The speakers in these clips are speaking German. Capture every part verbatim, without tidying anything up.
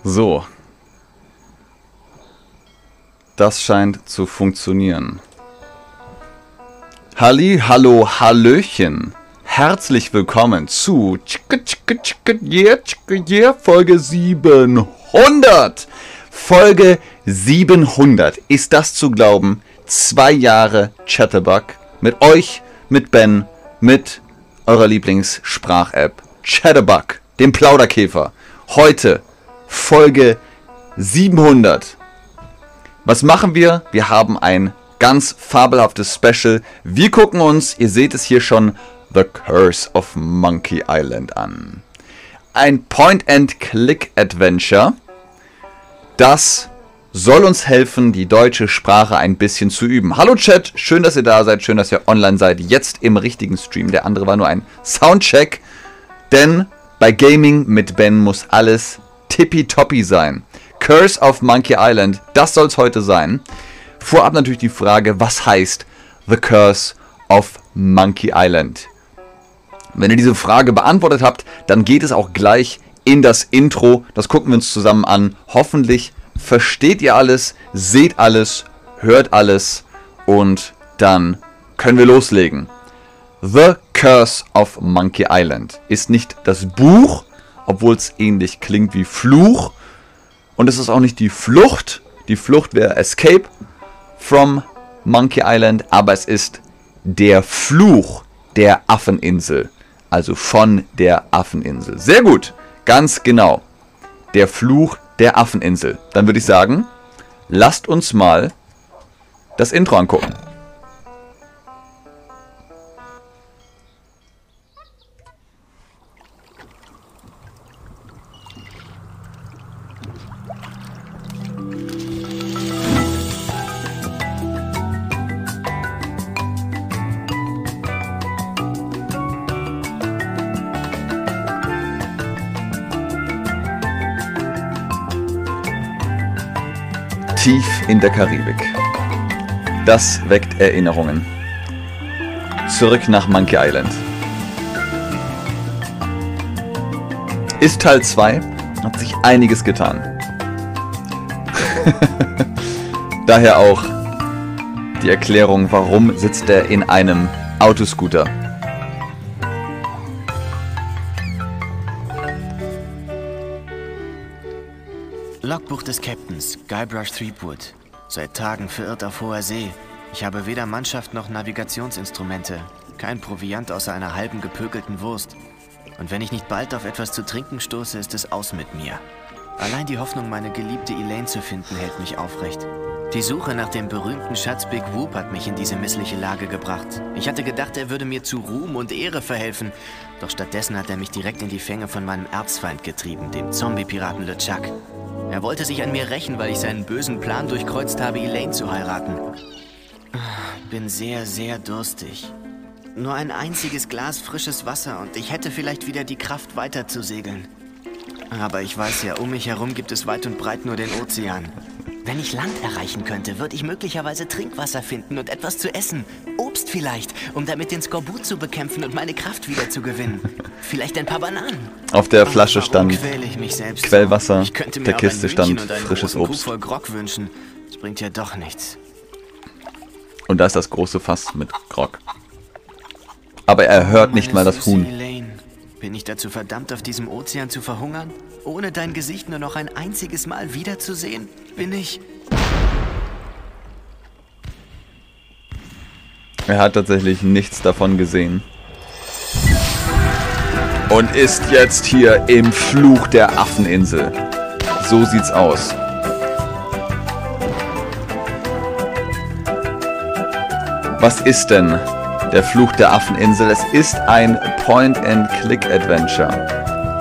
So. Das scheint zu funktionieren. Halli, hallo, hallöchen. Herzlich willkommen zu Folge siebenhundert. Folge siebenhundert. Ist das zu glauben? Zwei Jahre Chatterbug. Mit euch, mit Ben, mit eurer Lieblings-Sprach-App Chatterbug, dem Plauderkäfer. Heute Folge siebenhundert. Was machen wir? Wir haben ein ganz fabelhaftes Special. Wir gucken uns, ihr seht es hier schon, The Curse of Monkey Island an. Ein Point-and-Click-Adventure, das soll uns helfen, die deutsche Sprache ein bisschen zu üben. Hallo Chat, schön, dass ihr da seid, schön, dass ihr online seid, jetzt im richtigen Stream. Der andere war nur ein Soundcheck, denn bei Gaming mit Ben muss alles tippitoppi sein. Curse of Monkey Island, das soll es heute sein. Vorab natürlich die Frage, was heißt The Curse of Monkey Island? Wenn ihr diese Frage beantwortet habt, dann geht es auch gleich in das Intro. Das gucken wir uns zusammen an. Hoffentlich versteht ihr alles, seht alles, hört alles und dann können wir loslegen. The Curse of Monkey Island ist nicht das Buch, obwohl es ähnlich klingt wie Fluch. Und es ist auch nicht die Flucht. Die Flucht wäre Escape from Monkey Island. Aber es ist der Fluch der Affeninsel. Also von der Affeninsel. Sehr gut. Ganz genau. Der Fluch der Affeninsel. Dann würde ich sagen, lasst uns mal das Intro angucken. Tief in der Karibik. Das weckt Erinnerungen. Zurück nach Monkey Island. Ist Teil zwei, hat sich einiges getan. Daher auch die Erklärung, warum sitzt er in einem Autoscooter. Logbuch des Captains, Guybrush Threepwood. Seit Tagen verirrt auf hoher See. Ich habe weder Mannschaft noch Navigationsinstrumente. Kein Proviant außer einer halben gepökelten Wurst. Und wenn ich nicht bald auf etwas zu trinken stoße, ist es aus mit mir. Allein die Hoffnung, meine geliebte Elaine zu finden, hält mich aufrecht. Die Suche nach dem berühmten Schatz Big Whoop hat mich in diese missliche Lage gebracht. Ich hatte gedacht, er würde mir zu Ruhm und Ehre verhelfen. Doch stattdessen hat er mich direkt in die Fänge von meinem Erzfeind getrieben, dem Zombie-Piraten LeChuck. Er wollte sich an mir rächen, weil ich seinen bösen Plan durchkreuzt habe, Elaine zu heiraten. Bin sehr, sehr durstig. Nur ein einziges Glas frisches Wasser und ich hätte vielleicht wieder die Kraft, weiter zu segeln. Aber ich weiß ja, um mich herum gibt es weit und breit nur den Ozean. Wenn ich Land erreichen könnte, würde ich möglicherweise Trinkwasser finden und etwas zu essen. Obst vielleicht, um damit den Skorbut zu bekämpfen und meine Kraft wieder zu gewinnen. Vielleicht ein paar Bananen. Auf der Flasche Ach, stand Quellwasser, ich könnte mir der Kiste stand und einen frisches großen Obst. Krug voll Grog wünschen. Das bringt ja doch nichts. Und da ist das große Fass mit Grog. Aber er hört Oh, nicht mal das süße Huhn. Elaine. Bin ich dazu verdammt, auf diesem Ozean zu verhungern? Ohne dein Gesicht nur noch ein einziges Mal wiederzusehen? Bin ich... Er hat tatsächlich nichts davon gesehen. Und ist jetzt hier im Fluch der Affeninsel. So sieht's aus. Was ist denn der Fluch der Affeninsel? Es ist ein Point-and-Click-Adventure.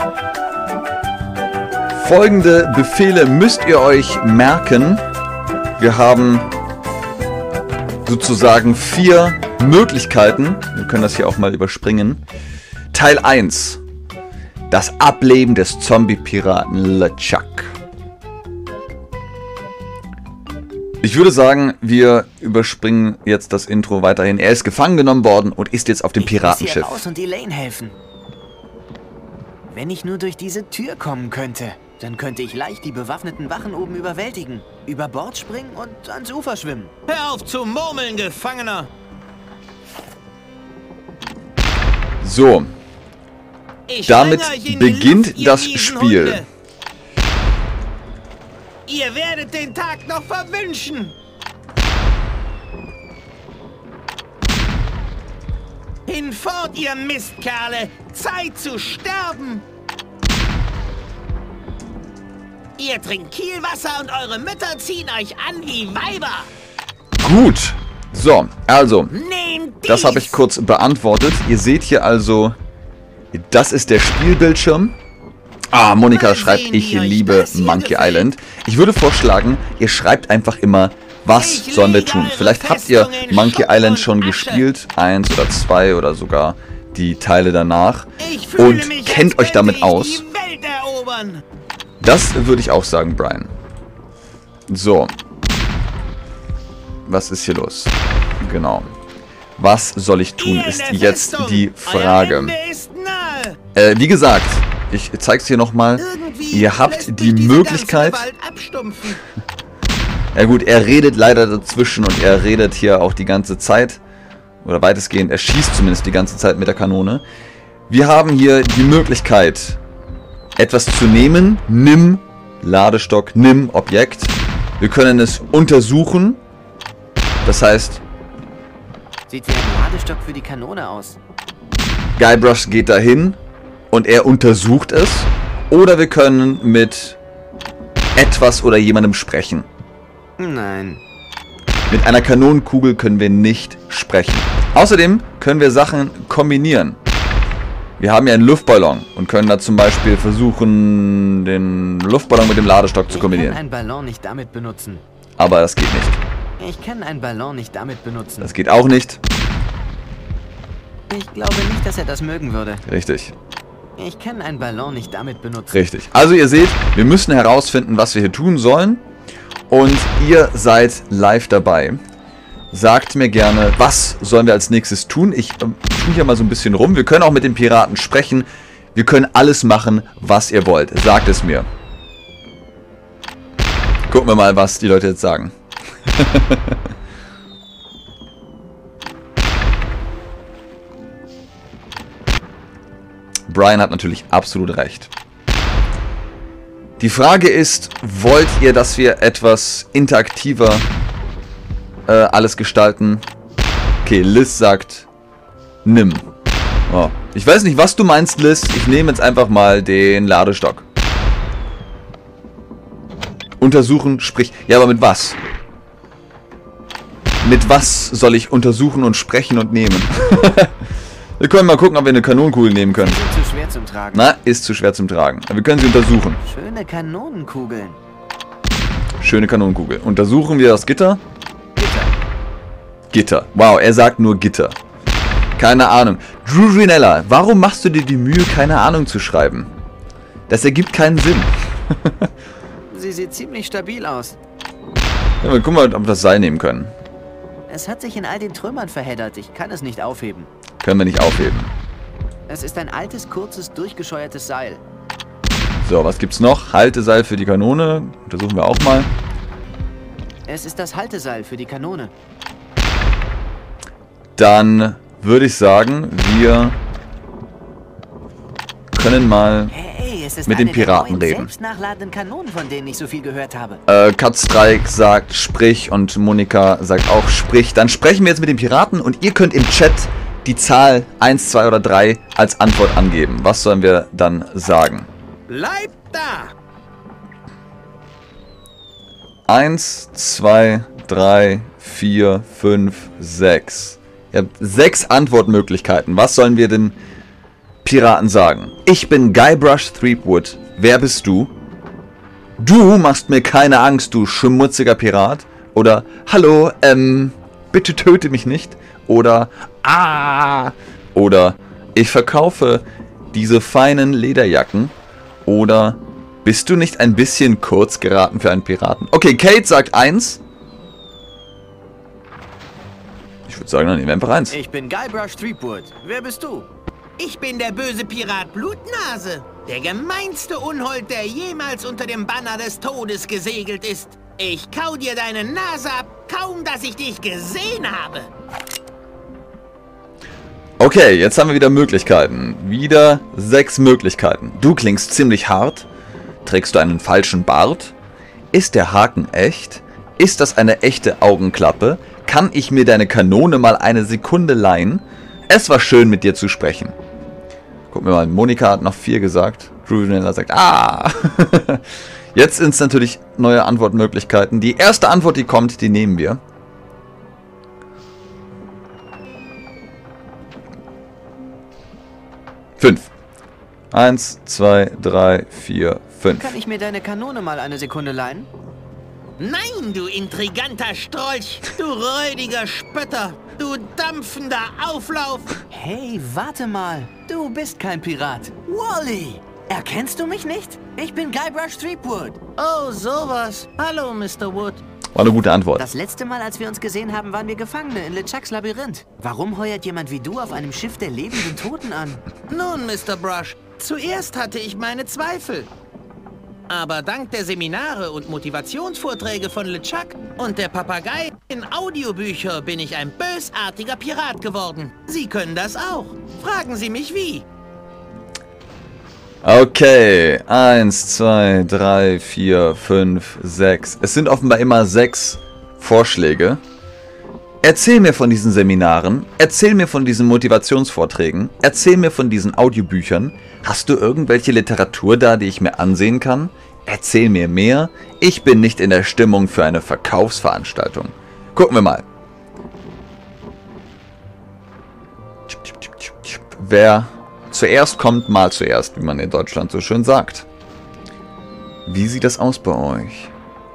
Folgende Befehle müsst ihr euch merken. Wir haben sozusagen vier Möglichkeiten. Wir können das hier auch mal überspringen. Teil eins. Das Ableben des Zombie-Piraten LeChuck. Ich würde sagen, wir überspringen jetzt das Intro weiterhin. Er ist gefangen genommen worden und ist jetzt auf dem Piratenschiff. Ich muss hier raus und Elaine helfen. Wenn ich nur durch diese Tür kommen könnte. Dann könnte ich leicht die bewaffneten Wachen oben überwältigen, über Bord springen und ans Ufer schwimmen. Hör auf zu murmeln, Gefangener! So. Ich Damit spreng euch in die beginnt Luft, ihr das miesen Spiel. Hunde. Ihr werdet den Tag noch verwünschen! Hinfort, ihr Mistkerle! Zeit zu sterben! Ihr trinkt Kielwasser und eure Mütter ziehen euch an wie Weiber! Gut. So, also, Nehmt dies! das habe ich kurz beantwortet. Ihr seht hier also, das ist der Spielbildschirm. Ah, Monika Mal schreibt, sehen, ich wie euch liebe das hier Monkey gefällt. Island. Ich würde vorschlagen, ihr schreibt einfach immer, was Ich sollen wir lege tun. eure Vielleicht habt ihr Festung in Monkey Schutt Island und schon Asche. gespielt, eins oder zwei oder sogar die Teile danach. Ich fühle Und mich, kennt als euch damit könnte ich aus. die Welt erobern. Das würde ich auch sagen, Brian. So. Was ist hier los? Genau. Was soll ich tun, Ihr in ist der jetzt Festung. die Euer Frage. Ende ist nahe. Äh, wie gesagt, ich zeig's hier nochmal. Irgendwie Ihr habt lässt die mich diese Möglichkeit. ganze Gewalt abstumpfen. Ja gut, er redet leider dazwischen und er redet hier auch die ganze Zeit. Oder weitestgehend, er schießt zumindest die ganze Zeit mit der Kanone. Wir haben hier die Möglichkeit, etwas zu nehmen. Nimm Ladestock, nimm Objekt. Wir können es untersuchen. Das heißt, Sieht wie ein Ladestock für die Kanone aus. Guybrush geht dahin und er untersucht es. Oder wir können mit etwas oder jemandem sprechen. Nein. Mit einer Kanonenkugel können wir nicht sprechen. Außerdem können wir Sachen kombinieren. Wir haben ja einen Luftballon und können da zum Beispiel versuchen, den Luftballon mit dem Ladestock zu Ich kombinieren. kann einen Ballon nicht damit benutzen. Aber das geht nicht. Ich kann einen Ballon nicht damit benutzen. Das geht auch nicht. Ich glaube nicht, dass er das mögen würde. Richtig. Ich kann einen Ballon nicht damit benutzen. Richtig. Also ihr seht, wir müssen herausfinden, was wir hier tun sollen. Und ihr seid live dabei. Sagt mir gerne, was sollen wir als nächstes tun? Ich ähm, tue hier mal so ein bisschen rum. Wir können auch mit den Piraten sprechen. Wir können alles machen, was ihr wollt. Sagt es mir. Gucken wir mal, was die Leute jetzt sagen. Brian hat natürlich absolut recht. Die Frage ist, wollt ihr, dass wir etwas interaktiver äh, alles gestalten? Okay, Liz sagt, nimm. Oh. Ich weiß nicht, was du meinst, Liz. Ich nehme jetzt einfach mal den Ladestock. Untersuchen, sprich... Ja, aber mit was? Mit was soll ich untersuchen und sprechen und nehmen? Wir können mal gucken, ob wir eine Kanonenkugel nehmen können. Die sind zu schwer zum Tragen. Na, ist zu schwer zum Tragen. Aber wir können sie untersuchen. Schöne Kanonenkugeln. Schöne Kanonenkugel. Untersuchen wir das Gitter? Gitter. Gitter. Wow, er sagt nur Gitter. Keine Ahnung. Drew Rinella, warum machst du dir die Mühe, keine Ahnung zu schreiben? Das ergibt keinen Sinn. Sie sieht ziemlich stabil aus. Ja, wir gucken mal, ob wir das Seil nehmen können. Es hat sich in all den Trümmern verheddert. Ich kann es nicht aufheben. Können wir nicht aufheben. Es ist ein altes, kurzes, durchgescheuertes Seil. So, was gibt's noch? Halteseil für die Kanone. Untersuchen wir auch mal. Es ist das Halteseil für die Kanone. Dann würde ich sagen, wir können mal Hey, es ist mit den eine der Piraten neuen reden. selbstnachladenden Kanonen, von denen ich so viel gehört habe. Äh, Katstrike sagt sprich und Monika sagt auch sprich. Dann sprechen wir jetzt mit den Piraten und ihr könnt im Chat die Zahl eins, zwei oder drei als Antwort angeben. Was sollen wir dann sagen? Bleibt da! eins, zwei, drei, vier, fünf, sechs. Ihr habt sechs Antwortmöglichkeiten. Was sollen wir den Piraten sagen? Ich bin Guybrush Threepwood. Wer bist du? Du machst mir keine Angst, du schmutziger Pirat. Oder hallo, ähm, bitte töte mich nicht. Oder ah. Oder ich verkaufe diese feinen Lederjacken. Oder bist du nicht ein bisschen kurz geraten für einen Piraten? Okay, Kate sagt eins. Ich würde sagen, dann nehmen wir einfach eins. Ich bin Guybrush Threepwood. Wer bist du? Ich bin der böse Pirat Blutnase. Der gemeinste Unhold, der jemals unter dem Banner des Todes gesegelt ist. Ich kau dir deine Nase ab, kaum dass ich dich gesehen habe. Okay, jetzt haben wir wieder Möglichkeiten. Wieder sechs Möglichkeiten. Du klingst ziemlich hart. Trägst du einen falschen Bart? Ist der Haken echt? Ist das eine echte Augenklappe? Kann ich mir deine Kanone mal eine Sekunde leihen? Es war schön, mit dir zu sprechen. Gucken wir mal, Monika hat noch vier gesagt. Ruvenella sagt, ah! Jetzt sind es natürlich neue Antwortmöglichkeiten. Die erste Antwort, die kommt, die nehmen wir. Fünf. Eins, zwei, drei, vier, fünf. Kann ich mir deine Kanone mal eine Sekunde leihen? Nein, du intriganter Strolch, du räudiger Spötter, du dampfender Auflauf. Hey, warte mal. Du bist kein Pirat. Wally! Erkennst du mich nicht? Ich bin Guybrush Threepwood. Oh, sowas. Hallo, Mister Wood. War eine gute Antwort. Das letzte Mal, als wir uns gesehen haben, waren wir Gefangene in LeChucks Labyrinth. Warum heuert jemand wie du auf einem Schiff der lebenden Toten an? Nun, Mister Brush, zuerst hatte ich meine Zweifel. Aber dank der Seminare und Motivationsvorträge von LeChuck und der Papagei in Audiobücher bin ich ein bösartiger Pirat geworden. Sie können das auch. Fragen Sie mich wie. Okay, eins, zwei, drei, vier, fünf, sechs. Es sind offenbar immer sechs Vorschläge. Erzähl mir von diesen Seminaren, erzähl mir von diesen Motivationsvorträgen, erzähl mir von diesen Audiobüchern. Hast du irgendwelche Literatur da, die ich mir ansehen kann? Erzähl mir mehr. Ich bin nicht in der Stimmung für eine Verkaufsveranstaltung. Gucken wir mal. Wer zuerst kommt, mal zuerst, wie man in Deutschland so schön sagt. Wie sieht das aus bei euch?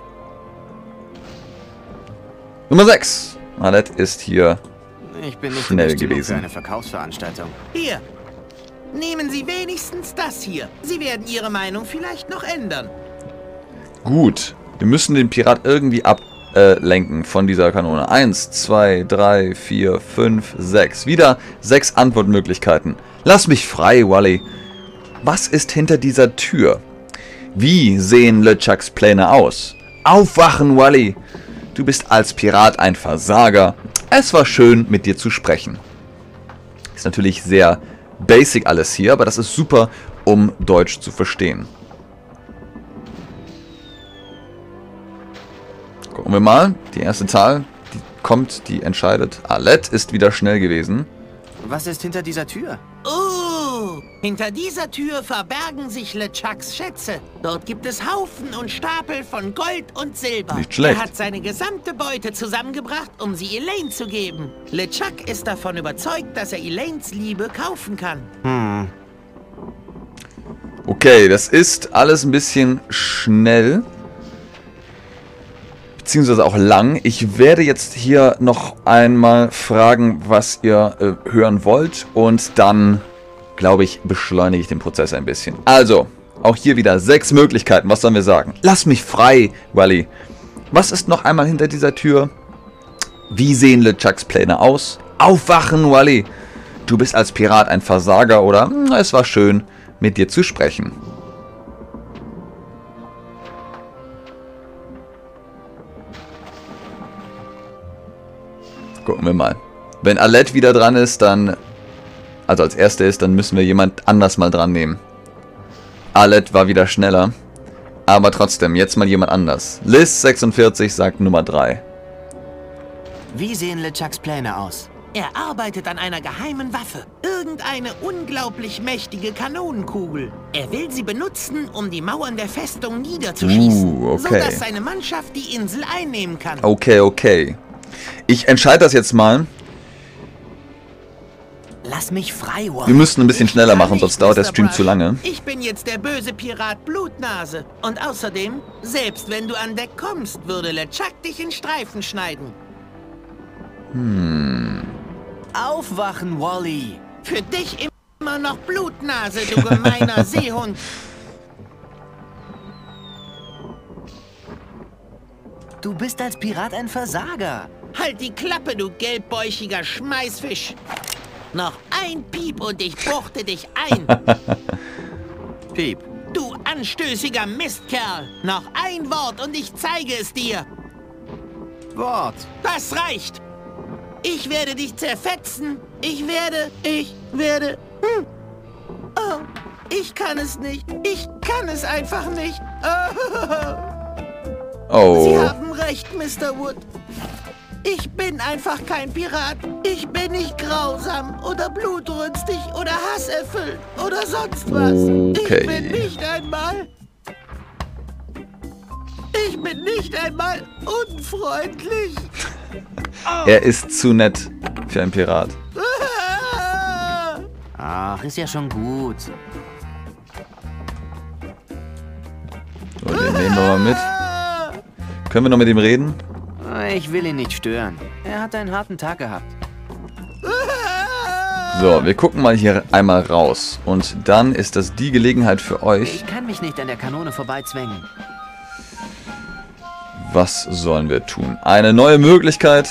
Nummer sechs. Alette ist hier Ich bin nicht schnell in der Stimmung gewesen. für eine Verkaufsveranstaltung. Hier, nehmen Sie wenigstens das hier. Sie werden Ihre Meinung vielleicht noch ändern. Gut. Wir müssen den Pirat irgendwie ablenken von dieser Kanone. Eins, zwei, drei, vier, fünf, sechs. Wieder sechs Antwortmöglichkeiten. Lass mich frei, Wally. Was ist hinter dieser Tür? Wie sehen LeChucks Pläne aus? Aufwachen, Wally. Du bist als Pirat ein Versager. Es war schön, mit dir zu sprechen. Ist natürlich sehr basic alles hier, aber das ist super, um Deutsch zu verstehen. Gucken wir mal. Die erste Zahl, die kommt, die entscheidet. Alette ist wieder schnell gewesen. Was ist hinter dieser Tür? Oh, hinter dieser Tür verbergen sich LeChucks Schätze. Dort gibt es Haufen und Stapel von Gold und Silber. Nicht schlecht. Er hat seine gesamte Beute zusammengebracht, um sie Elaine zu geben. LeChuck ist davon überzeugt, dass er Elaines Liebe kaufen kann. Hm. Okay, das ist alles ein bisschen schnell. Beziehungsweise auch lang. Ich werde jetzt hier noch einmal fragen, was ihr äh, hören wollt. Und dann, glaube ich, beschleunige ich den Prozess ein bisschen. Also, auch hier wieder sechs Möglichkeiten. Was sollen wir sagen? Lass mich frei, Wally. Was ist noch einmal hinter dieser Tür? Wie sehen LeChucks Pläne aus? Aufwachen, Wally. Du bist als Pirat ein Versager oder hm, es war schön, mit dir zu sprechen. Gucken wir mal. Wenn Alette wieder dran ist, dann... Also als Erste ist, dann müssen wir jemand anders mal dran nehmen. Alette war wieder schneller. Aber trotzdem, jetzt mal jemand anders. Liz sechsundvierzig sagt Nummer drei. Wie sehen LeChucks Pläne aus? Er arbeitet an einer geheimen Waffe. Irgendeine unglaublich mächtige Kanonenkugel. Er will sie benutzen, um die Mauern der Festung niederzuschießen. Uh, okay. Sodass seine Mannschaft die Insel einnehmen kann. Okay, okay. Ich entscheide das jetzt mal. Lass mich frei, Wally. Wir müssen ein bisschen Ich schneller kann machen, nicht, sonst dauert der Mister Stream Brush. zu lange. Ich bin jetzt der böse Pirat Blutnase. Und außerdem, selbst wenn du an Deck kommst, würde LeChuck dich in Streifen schneiden. Hm. Aufwachen, Wally. Für dich immer noch Blutnase, du gemeiner Seehund. Du bist als Pirat ein Versager. Halt die Klappe, du gelbbäuchiger Schmeißfisch. Noch ein Piep und ich buchte dich ein. Piep. Du anstößiger Mistkerl. Noch ein Wort und ich zeige es dir. Wort. Das reicht. Ich werde dich zerfetzen. Ich werde, ich werde... Hm. Oh, ich kann es nicht. Ich kann es einfach nicht. Oh. Oh. Sie haben recht, Mister Wood. Ich bin einfach kein Pirat. Ich bin nicht grausam oder blutrünstig oder hasserfüllt oder sonst was. Okay. Ich bin nicht einmal... Ich bin nicht einmal unfreundlich. Er ist zu nett für einen Pirat. Ach, ist ja schon gut. So, den nehmen wir mal mit. Können wir noch mit ihm reden? Ich will ihn nicht stören. Er hat einen harten Tag gehabt. So, wir gucken mal hier einmal raus. Und dann ist das die Gelegenheit für euch. Ich kann mich nicht an der Kanone vorbeizwängen. Was sollen wir tun? Eine neue Möglichkeit.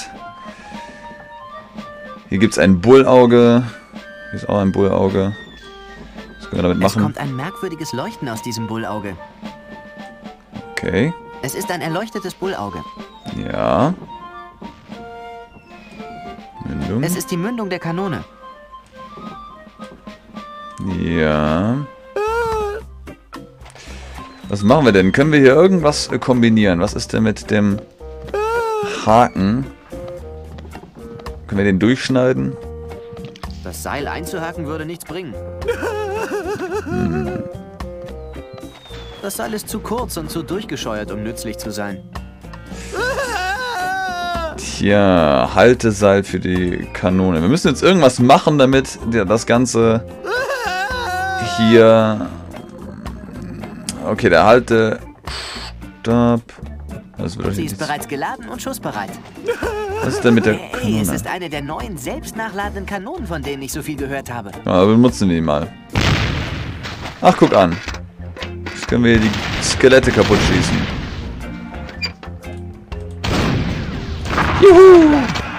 Hier gibt es ein Bullauge. Hier ist auch ein Bullauge. Was können wir damit Es machen? kommt ein merkwürdiges Leuchten aus diesem Bullauge. Okay. Es ist ein erleuchtetes Bullauge. Ja. Mündung. Es ist die Mündung der Kanone. Ja. Was machen wir denn? Können wir hier irgendwas äh, kombinieren? Was ist denn mit dem Haken? Können wir den durchschneiden? Das Seil einzuhaken würde nichts bringen. Hm. Das Seil ist zu kurz und zu durchgescheuert, um nützlich zu sein. Tja, Halteseil für die Kanone. Wir müssen jetzt irgendwas machen, damit der, das Ganze hier... Okay, der Haltestab... Das wird Sie ist bereits geladen und schussbereit. Was ist denn mit der Hey, Kanone? es ist eine der neuen selbstnachladenden Kanonen, von denen ich so viel gehört habe. Ja, aber benutzen wir die mal. Ach, guck an. Jetzt können wir hier die Skelette kaputt schießen. Juhu!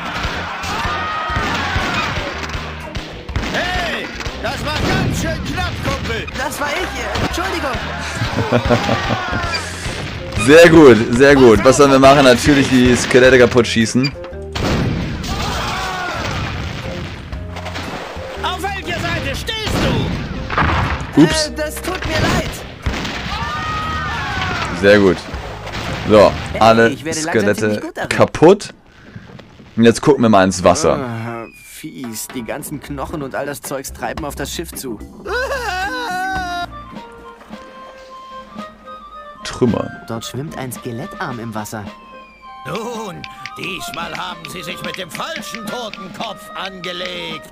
Hey, das war ganz schön knapp, Kumpel. Das war ich. Äh, Entschuldigung. Sehr gut, sehr gut. Was sollen wir machen? Natürlich die Skelette kaputt schießen. Auf welcher Seite stehst du? Ups, Äh, das tut mir leid. sehr gut. So, alle ich werde langsam Skelette ziemlich gut darin. kaputt. Und jetzt gucken wir mal ins Wasser. Ah, fies. Die ganzen Knochen und all das Zeugs treiben auf das Schiff zu. Trümmer. Dort schwimmt ein Skelettarm im Wasser. Nun, diesmal haben sie sich mit dem falschen Totenkopf angelegt.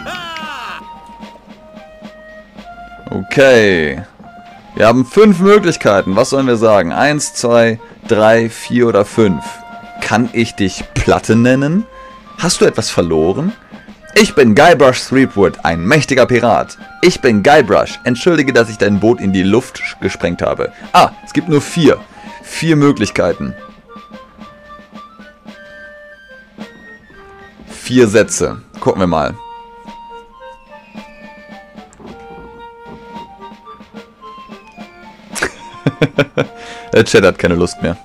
Okay. Wir haben fünf Möglichkeiten. Was sollen wir sagen? Eins, zwei, drei, vier oder fünf. Kann ich dich Platte nennen? Hast du etwas verloren? Ich bin Guybrush Threepwood, ein mächtiger Pirat. Ich bin Guybrush. Entschuldige, dass ich dein Boot in die Luft gesprengt habe. Ah, es gibt nur vier. Vier Möglichkeiten. Vier Sätze. Gucken wir mal. Der Chat hat keine Lust mehr.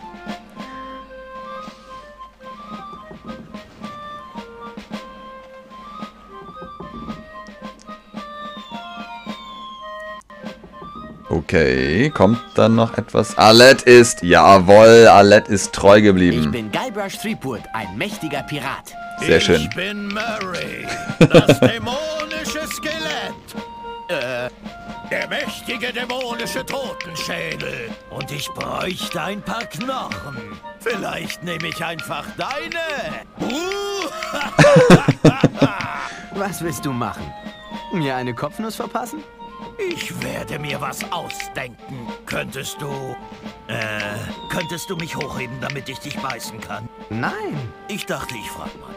Okay, kommt dann noch etwas? Alette ist, jawohl, Alette ist treu Ich geblieben. bin Guybrush Threepwood, ein mächtiger Pirat. Sehr schön. Ich bin Murray, das dämonische Skelett. Äh, der mächtige dämonische Totenschädel. Und ich bräuchte ein paar Knochen. Vielleicht nehme ich einfach deine. Uh, Was willst du machen? Mir eine Kopfnuss verpassen? ich werde mir was ausdenken. Könntest du... Äh, könntest du mich hochheben, damit ich dich beißen kann? Nein. Ich dachte, ich frag mal.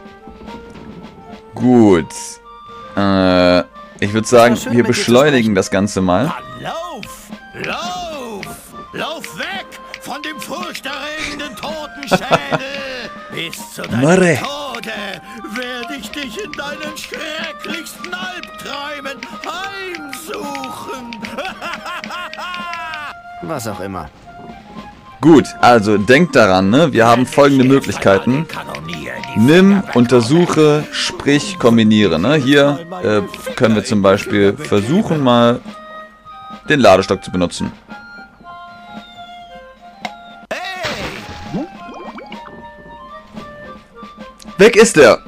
Gut. Äh, ich würde sagen, Es war schön, wir mit dir zu beschleunigen sprechen. das Ganze mal. Dann lauf! Lauf! Lauf weg von dem furchterregenden Totenschädel! Bis zu deinem Murray. Tode! Tage werde ich dich in deinen schrecklichsten Albträumen heimsuchen. Was auch immer. Gut, also denkt daran, ne? Wir haben folgende Möglichkeiten. Nimm, untersuche, sprich, kombiniere. Ne? Hier äh, können wir zum Beispiel versuchen, mal den Ladestock zu benutzen. Weg ist er!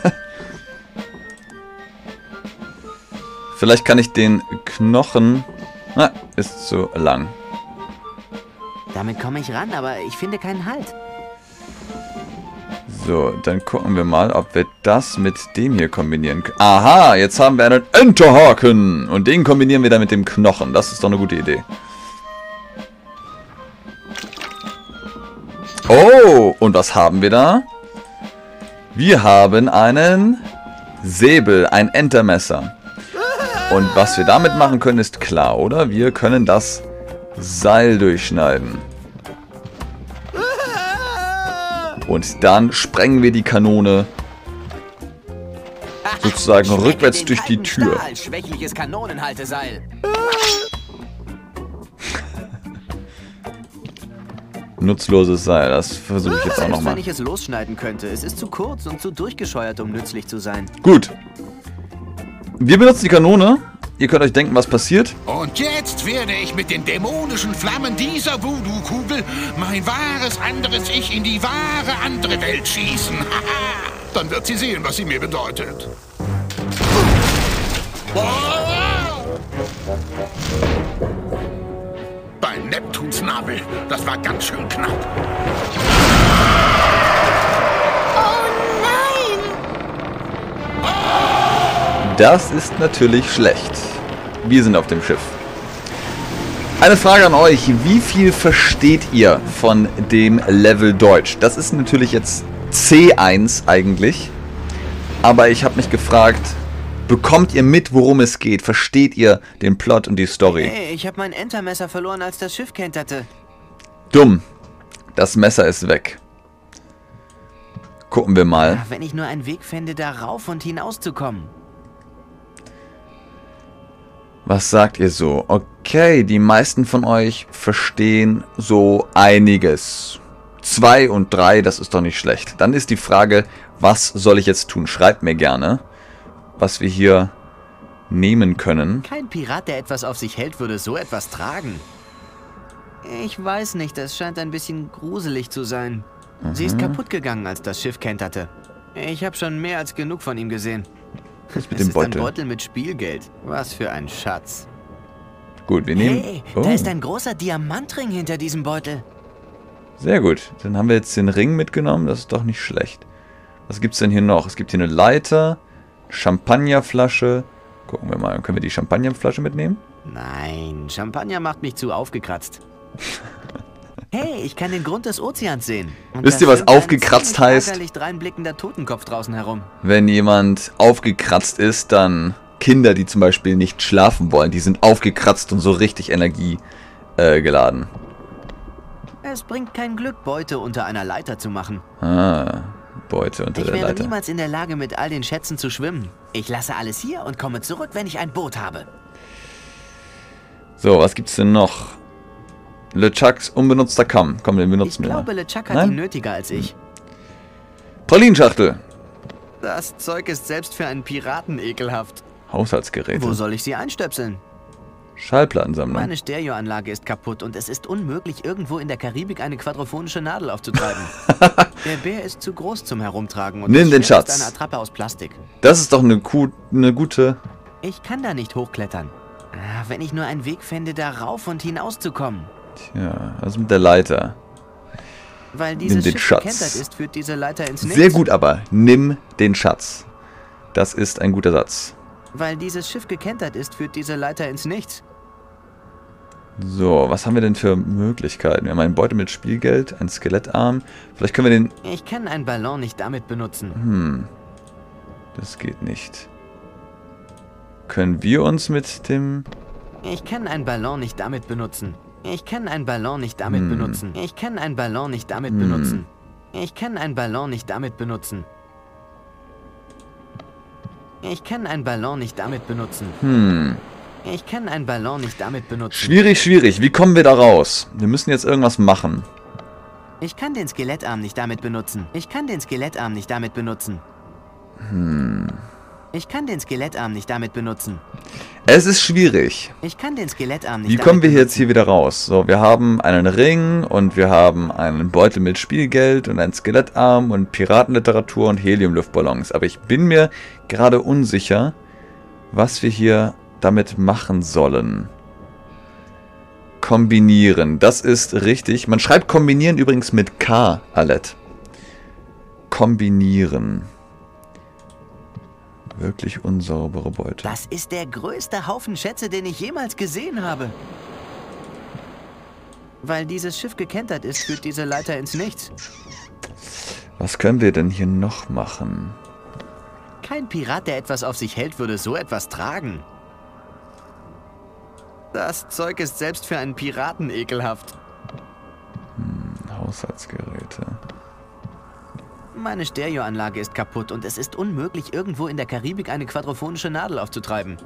Vielleicht kann ich den Knochen... Na, ist zu lang. Damit komme ich ran, aber ich finde keinen Halt. So, dann gucken wir mal, ob wir das mit dem hier kombinieren können. Aha, jetzt haben wir einen Enterhaken. Und den kombinieren wir dann mit dem Knochen. Das ist doch eine gute Idee. Oh, und was haben wir da? Wir haben einen Säbel, ein Entermesser. Und was wir damit machen können, ist klar, oder? Wir können das Seil durchschneiden. Und dann sprengen wir die Kanone sozusagen rückwärts durch die Tür. Schwächliches Kanonenhalteseil. Nutzloses Seil, das versuche ich jetzt auch nochmal. Wenn ich es losschneiden könnte, es ist zu kurz und zu durchgescheuert, um nützlich zu sein. Gut. Wir benutzen die Kanone. Ihr könnt euch denken, was passiert. Und jetzt werde ich mit den dämonischen Flammen dieser Voodoo-Kugel mein wahres anderes Ich in die wahre andere Welt schießen. Haha. Dann wird sie sehen, was sie mir bedeutet. Bei Neptuns Nabel, das war ganz schön knapp. Das ist natürlich schlecht. Wir sind auf dem Schiff. Eine Frage an euch. Wie viel versteht ihr von dem Level Deutsch? Das ist natürlich jetzt C eins eigentlich. Aber ich habe mich gefragt, bekommt ihr mit, worum es geht? Versteht ihr den Plot und die Story? Hey, ich habe mein Entermesser verloren, als das Schiff kenterte. Dumm. Das Messer ist weg. Gucken wir mal. Wenn ich nur einen Weg fände, da rauf und hinauszukommen. Was sagt ihr so? Okay, die meisten von euch verstehen so einiges. Zwei und drei, das ist doch nicht schlecht. Dann ist die Frage, was soll ich jetzt tun? Schreibt mir gerne, was wir hier nehmen können. Kein Pirat, der etwas auf sich hält, würde so etwas tragen. Ich weiß nicht, es scheint ein bisschen gruselig zu sein. Mhm. Sie ist kaputt gegangen, als das Schiff kenterte. Ich habe schon mehr als genug von ihm gesehen. Was mit es dem ist Beutel? ein Beutel mit Spielgeld. Was für ein Schatz. Gut, wir nehmen... Hey, oh. da ist ein großer Diamantring hinter diesem Beutel. Sehr gut. Dann haben wir jetzt den Ring mitgenommen. Das ist doch nicht schlecht. Was gibt's denn hier noch? Es gibt hier eine Leiter, Champagnerflasche. Gucken wir mal. Können wir die Champagnerflasche mitnehmen? Nein, Champagner macht mich zu aufgekratzt. Hey, ich kann den Grund des Ozeans sehen. Und Wisst ihr, was aufgekratzt heißt? Reinblickender Totenkopf draußen herum. Wenn jemand aufgekratzt ist, dann Kinder, die zum Beispiel nicht schlafen wollen, die sind aufgekratzt und so richtig Energie äh, geladen. Es bringt kein Glück, Beute unter einer Leiter zu machen. Ah, Beute unter ich der wäre Leiter. niemals in der Lage, mit all den Schätzen zu schwimmen. Ich lasse alles hier und komme zurück, wenn ich ein Boot habe. So, was gibt's denn noch? LeChucks unbenutzter Kamm. Komm, den benutzen wir. Ich glaube, LeChuck hat Nein? ihn nötiger als ich. Pralinschachtel. Das Zeug ist selbst für einen Piraten ekelhaft. Haushaltsgeräte. Wo soll ich sie einstöpseln? Schallplattensammlung. Meine Stereoanlage ist kaputt und es ist unmöglich, irgendwo in der Karibik eine quadrophonische Nadel aufzutreiben. Der Bär ist zu groß zum Herumtragen und Nimm das den Schwert Schatz. ist eine Attrappe aus Plastik. Das ist doch eine, Ku eine gute... Ich kann da nicht hochklettern. Ah, wenn ich nur einen Weg fände, da rauf und hinauszukommen. Tja, was mit der Leiter? Weil Nimm dieses den Schiff Schatz. gekentert ist, führt diese Leiter ins Nichts. Sehr gut aber. Nimm den Schatz. Das ist ein guter Satz. Weil dieses Schiff gekentert ist, führt diese Leiter ins Nichts. So, was haben wir denn für Möglichkeiten? Wir haben einen Beutel mit Spielgeld, einen Skelettarm. Vielleicht können wir den... Ich kann einen Ballon nicht damit benutzen. Hm. Das geht nicht. Können wir uns mit dem... Ich kann einen Ballon nicht damit benutzen. Ich kann einen Ballon nicht damit Hm. benutzen. Ich kann einen Ballon nicht damit Hm. benutzen. Ich kann einen Ballon nicht damit benutzen. Ich kann einen Ballon nicht damit benutzen. Hm. Ich kann einen Ballon nicht damit benutzen. Schwierig, schwierig. Wie kommen wir da raus? Wir müssen jetzt irgendwas machen. Ich kann den Skelettarm nicht damit benutzen. Ich kann den Skelettarm nicht damit benutzen. Hm. Ich kann den Skelettarm nicht damit benutzen. Es ist schwierig. Ich kann den Skelettarm nicht Wie damit kommen wir benutzen. jetzt hier wieder raus? So, wir haben einen Ring und wir haben einen Beutel mit Spielgeld und einen Skelettarm und Piratenliteratur und Heliumluftballons. Aber ich bin mir gerade unsicher, was wir hier damit machen sollen. Kombinieren, das ist richtig. Man schreibt kombinieren übrigens mit K, Alette. Kombinieren. Wirklich unsaubere Beute. Das ist der größte Haufen Schätze, den ich jemals gesehen habe. Weil dieses Schiff gekentert ist, führt diese Leiter ins Nichts. Was können wir denn hier noch machen? Kein Pirat, der etwas auf sich hält, würde so etwas tragen. Das Zeug ist selbst für einen Piraten ekelhaft. Hm, Haushaltsgeräte. Meine Stereoanlage ist kaputt und es ist unmöglich, irgendwo in der Karibik eine quadrophonische Nadel aufzutreiben.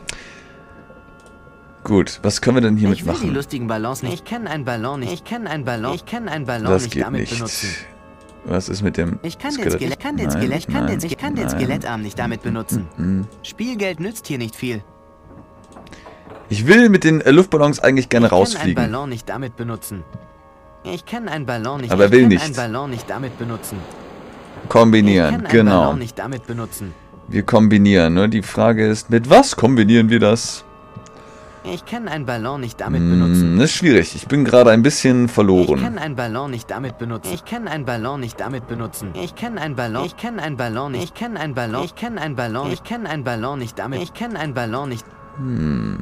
Gut, was können wir denn hiermit Ich will machen? die lustigen Ballons nicht. Ich kann einen Ballon nicht. Ich kann einen Ballon. Ich kann einen Ballon Das nicht geht damit nicht. benutzen. Was ist mit dem Ich kann den Skelett? Skelett, kann den Nein, Skelett, ich kann nein, den, ich kann den nein. Skelettarm nicht damit benutzen. Mhm. Spielgeld nützt hier nicht viel. Ich will mit den äh, Luftballons eigentlich gerne Ich kann einen rausfliegen. Ballon nicht damit benutzen. Ich kann einen Ballon nicht. Aber er ich will kann nicht. einen Ballon nicht damit benutzen. Ich Kombinieren, kann einen genau. Ballon nicht damit benutzen. Wir kombinieren. Nur die Frage ist, mit was kombinieren wir das? Ich kann einen Ballon nicht damit Hm, benutzen. das ist schwierig. Ich bin gerade ein bisschen Ich verloren. kann einen Ballon nicht damit benutzen. Ich kann einen Ballon nicht damit benutzen. Ich kann einen Ballon. Ich kann einen Ballon nicht. Ich kann einen Ballon. Ich kann einen Ballon. Ich kann einen Ballon nicht damit. Ich kann einen Ballon nicht. Hm.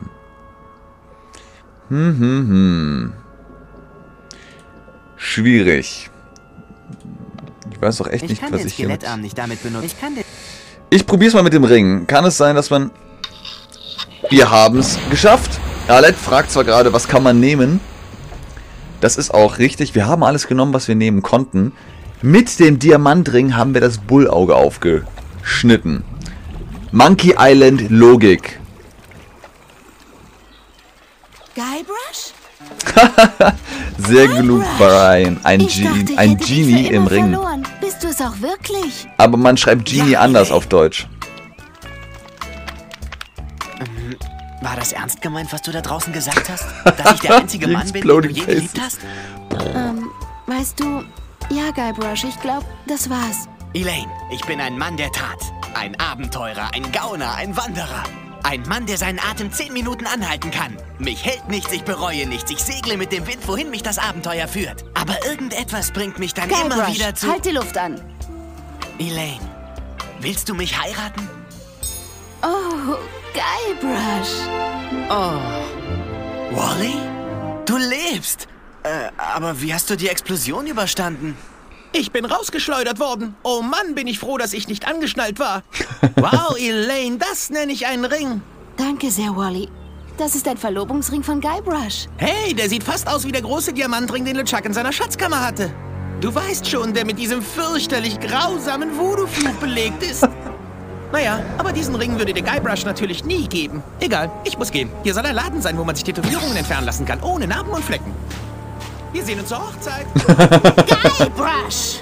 Hm, hm, hm. Schwierig. Ich weiß doch echt Ich nicht, kann was den ich hier mit... Skelettarm nicht damit benutzen. Ich kann den. Ich probier's mal mit dem Ring. Kann es sein, dass man... Wir haben es geschafft. Alette fragt zwar gerade, was kann man nehmen? Das ist auch richtig. Wir haben alles genommen, was wir nehmen konnten. Mit dem Diamantring haben wir das Bullauge aufgeschnitten. Monkey Island Logik. Guybrush? Sehr genug, Brian. Ein, Ich Ge dachte, ich ein hätte dich Genie für im immer Ring. verloren. Bist du es auch wirklich? Aber man schreibt Genie Ja, anders ey. auf Deutsch. War das ernst gemeint, was du da draußen gesagt hast? Dass ich der einzige Die Mann bin, den du Exploding je Faces. geliebt hast? Ähm, weißt du, ja, Guybrush, ich glaube, das war's. Elaine, ich bin ein Mann der Tat. Ein Abenteurer, ein Gauner, ein Wanderer. Ein Mann, der seinen Atem zehn Minuten anhalten kann. Mich hält nichts, ich bereue nichts. Ich segle mit dem Wind, wohin mich das Abenteuer führt. Aber irgendetwas bringt mich dann immer Guybrush, wieder zu... halt die Luft an. Elaine, willst du mich heiraten? Oh, Guybrush. Oh. Wally? Du lebst! Äh, aber wie hast du die Explosion überstanden? Ich bin rausgeschleudert worden. Oh Mann, bin ich froh, dass ich nicht angeschnallt war. Wow, Elaine, das nenne ich einen Ring. Danke sehr, Wally. Das ist ein Verlobungsring von Guybrush. Hey, der sieht fast aus wie der große Diamantring, den LeChuck in seiner Schatzkammer hatte. Du weißt schon, der mit diesem fürchterlich grausamen Voodoo-Fluch belegt ist. Naja, aber diesen Ring würde dir Guybrush natürlich nie geben. Egal, ich muss gehen. Hier soll ein Laden sein, wo man sich Tätowierungen entfernen lassen kann, ohne Narben und Flecken. Wir sehen uns zur Hochzeit. Guybrush!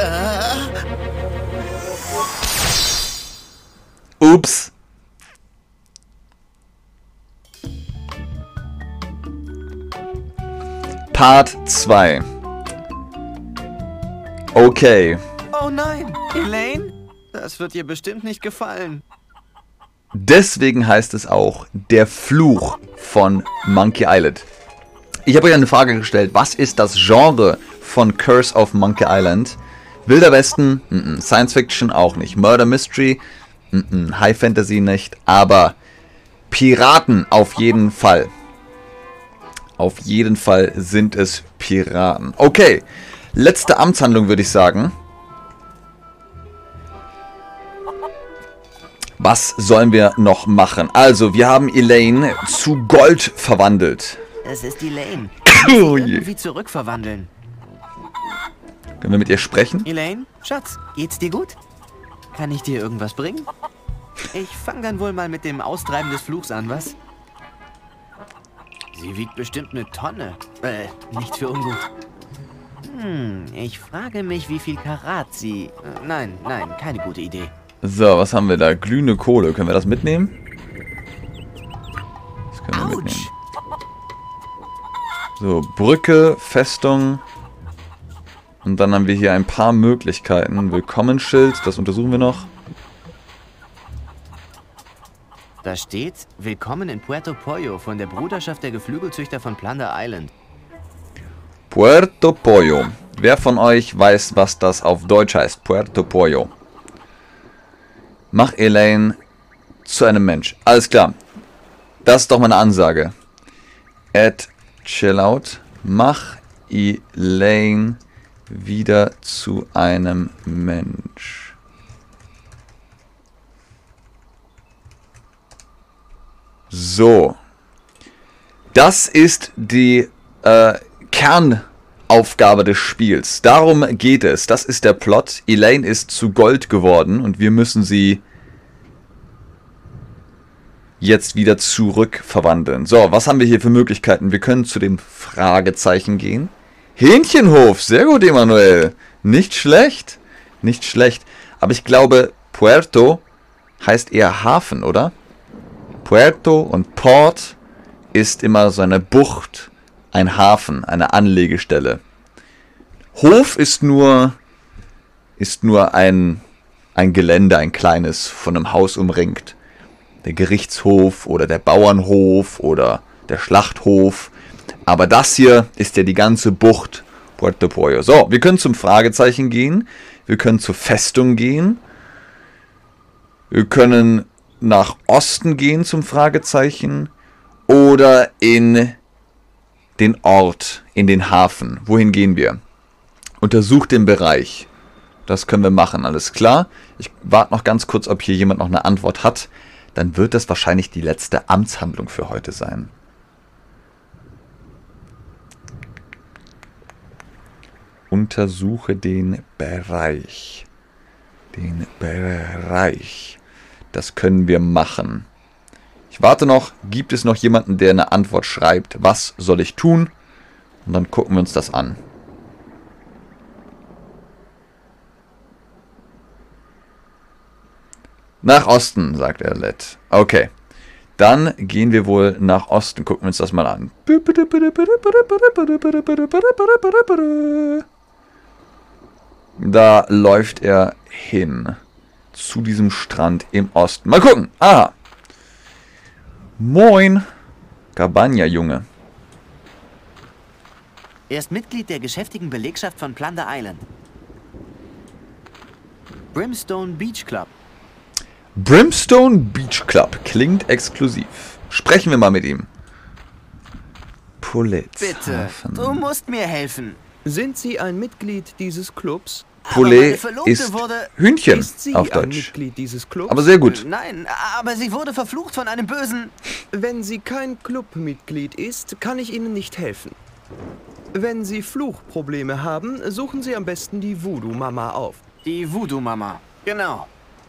Ups. Part zwei. Okay. Oh nein, Elaine? Das wird dir bestimmt nicht gefallen. Deswegen heißt es auch der Fluch von Monkey Island. Ich habe euch eine Frage gestellt. Was ist das Genre von Curse of Monkey Island? Wilder Westen? Mm -mm. Science Fiction auch nicht. Murder Mystery? Mm -mm. High Fantasy nicht. Aber Piraten auf jeden Fall. Auf jeden Fall sind es Piraten. Okay, letzte Amtshandlung würde ich sagen. Was sollen wir noch machen? Also, wir haben Elaine zu Gold verwandelt. Es ist Elaine. Oh je. Irgendwie zurückverwandeln. Können wir mit ihr sprechen? Elaine, Schatz, geht's dir gut? Kann ich dir irgendwas bringen? Ich fange dann wohl mal mit dem Austreiben des Fluchs an, was? Sie wiegt bestimmt eine Tonne. Äh, nichts für ungut. Hm, ich frage mich, wie viel Karat sie... Äh, nein, nein, keine gute Idee. So, was haben wir da? Glühende Kohle. Können wir das mitnehmen? Das können wir Autsch. mitnehmen. So, Brücke, Festung. Und dann haben wir hier ein paar Möglichkeiten. Willkommensschild, das untersuchen wir noch. Da steht, willkommen in Puerto Pollo von der Bruderschaft der Geflügelzüchter von Plunder Island. Puerto Pollo. Wer von euch weiß, was das auf Deutsch heißt? Puerto Pollo. Mach Elaine zu einem Mensch. Alles klar. Das ist doch meine Ansage. Add Chillout. Mach Elaine wieder zu einem Mensch. So. Das ist die äh, Kernaufgabe des Spiels. Darum geht es. Das ist der Plot. Elaine ist zu Gold geworden und wir müssen sie jetzt wieder zurück verwandeln. So, was haben wir hier für Möglichkeiten? Wir können zu dem Fragezeichen gehen. Hähnchenhof, sehr gut, Emanuel. Nicht schlecht. Nicht schlecht. Aber ich glaube, Puerto heißt eher Hafen, oder? Puerto und Port ist immer so eine Bucht, ein Hafen, eine Anlegestelle. Hof ist nur, ist nur ein, ein Gelände, ein kleines, von einem Haus umringt. Der Gerichtshof oder der Bauernhof oder der Schlachthof. Aber das hier ist ja die ganze Bucht Puerto Pollo. So, wir können zum Fragezeichen gehen. Wir können zur Festung gehen. Wir können nach Osten gehen zum Fragezeichen. Oder in den Ort, in den Hafen. Wohin gehen wir? Untersucht den Bereich. Das können wir machen, alles klar. Ich warte noch ganz kurz, ob hier jemand noch eine Antwort hat. Dann wird das wahrscheinlich die letzte Amtshandlung für heute sein. Untersuche den Bereich. Den Bereich. Das können wir machen. Ich warte noch. Gibt es noch jemanden, der eine Antwort schreibt? Was soll ich tun? Und dann gucken wir uns das an. Nach Osten, sagt er Led. Okay. Dann gehen wir wohl nach Osten. Gucken wir uns das mal an. Da läuft er hin. Zu diesem Strand im Osten. Mal gucken. Aha. Moin. Cabana, Junge. Er ist Mitglied der geschäftigen Belegschaft von Plunder Island. Brimstone Beach Club. Brimstone Beach Club. Klingt exklusiv. Sprechen wir mal mit ihm. Pullitz. Bitte, du musst mir helfen. Sind Sie ein Mitglied dieses Clubs? Poulet ist wurde... Hühnchen Ist sie auf ein Deutsch. Mitglied dieses Clubs? Aber sehr gut. Nein, aber sie wurde verflucht von einem bösen... Wenn sie kein Clubmitglied ist, kann ich Ihnen nicht helfen. Wenn Sie Fluchprobleme haben, suchen Sie am besten die Voodoo-Mama auf. Die Voodoo-Mama, genau.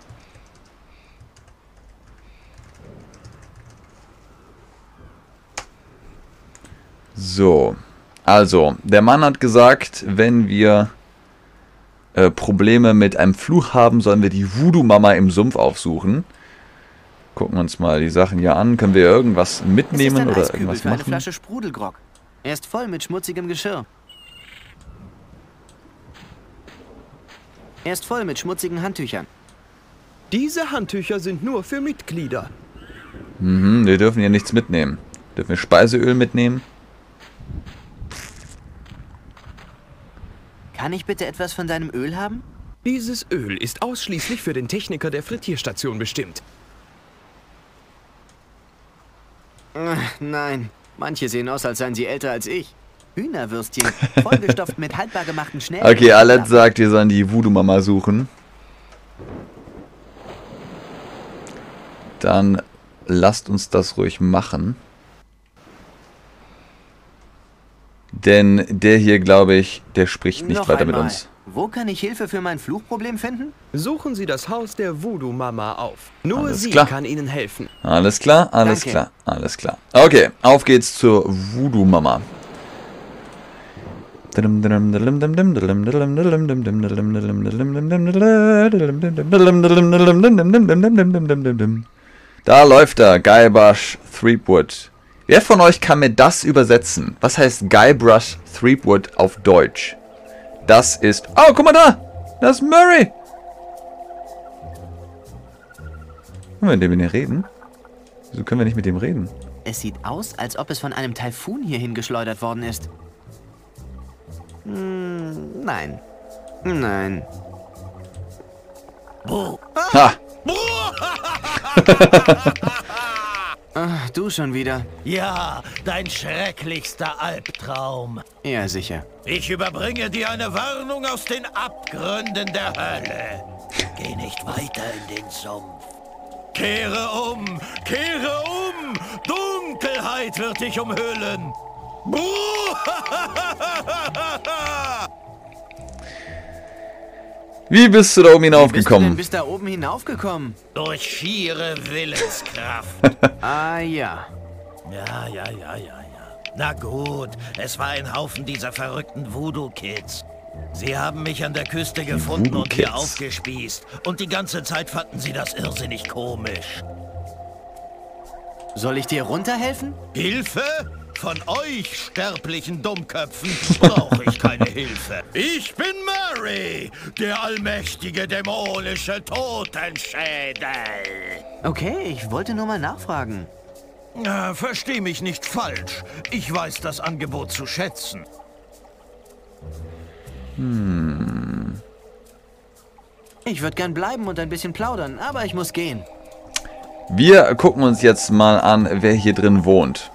So, also, der Mann hat gesagt, wenn wir äh, Probleme mit einem Fluch haben, sollen wir die Voodoo-Mama im Sumpf aufsuchen. Gucken wir uns mal die Sachen hier an. Können wir irgendwas mitnehmen oder irgendwas für eine machen? Flasche Sprudelgrog. Er ist voll mit schmutzigem Geschirr. Er ist voll mit schmutzigen Handtüchern. Diese Handtücher sind nur für Mitglieder. Mhm, wir dürfen hier nichts mitnehmen. Dürfen wir Speiseöl mitnehmen? Kann ich bitte etwas von deinem Öl haben? Dieses Öl ist ausschließlich für den Techniker der Frittierstation bestimmt. Ach, nein, manche sehen aus, als seien sie älter als ich. Hühnerwürstchen, vollgestopft mit haltbar gemachten Schnellen. Okay, Alet sagt, wir sollen die Voodoo-Mama suchen. Dann lasst uns das ruhig machen. Denn der hier, glaube ich, der spricht nicht Noch weiter mit einmal. uns. Wo kann ich Hilfe für mein Fluchproblem finden? Suchen Sie das Haus der Voodoo-Mama auf. Nur Alles sie klar. kann Ihnen helfen. Alles klar, alles Danke. klar, alles klar. Okay, auf geht's zur Voodoo-Mama. Da läuft er, Guybrush Threepwood. Wer von euch kann mir das übersetzen? Was heißt Guybrush Threepwood auf Deutsch? Das ist... Oh, guck mal da! Das ist Murray! Können wir mit dem hier reden? Wieso können wir nicht mit dem reden? Es sieht aus, als ob es von einem Taifun hierhin geschleudert worden ist. Hm, nein. Nein. Ha! Ach, du schon wieder. Ja, dein schrecklichster Albtraum. Ja, sicher. Ich überbringe dir eine Warnung aus den Abgründen der Hölle. Geh nicht weiter in den Sumpf. Kehre um, kehre um! Dunkelheit wird dich umhüllen. Wie bist du da oben Wie bist du denn hinaufgekommen? bis da oben hinaufgekommen? Durch schiere Willenskraft. Ah, ja. Ja, ja, ja, ja, ja. Na gut, es war ein Haufen dieser verrückten Voodoo-Kids. Sie haben mich an der Küste gefunden und hier Voodoo-Kids. aufgespießt. Und die ganze Zeit fanden sie das irrsinnig komisch. Soll ich dir runterhelfen? Hilfe? Von euch, sterblichen Dummköpfen, brauche ich keine Hilfe. Ich bin Murray, der allmächtige dämonische Totenschädel. Okay, ich wollte nur mal nachfragen. Na, versteh mich nicht falsch. Ich weiß das Angebot zu schätzen. Ich würde gern bleiben und ein bisschen plaudern, aber ich muss gehen. Wir gucken uns jetzt mal an, wer hier drin wohnt.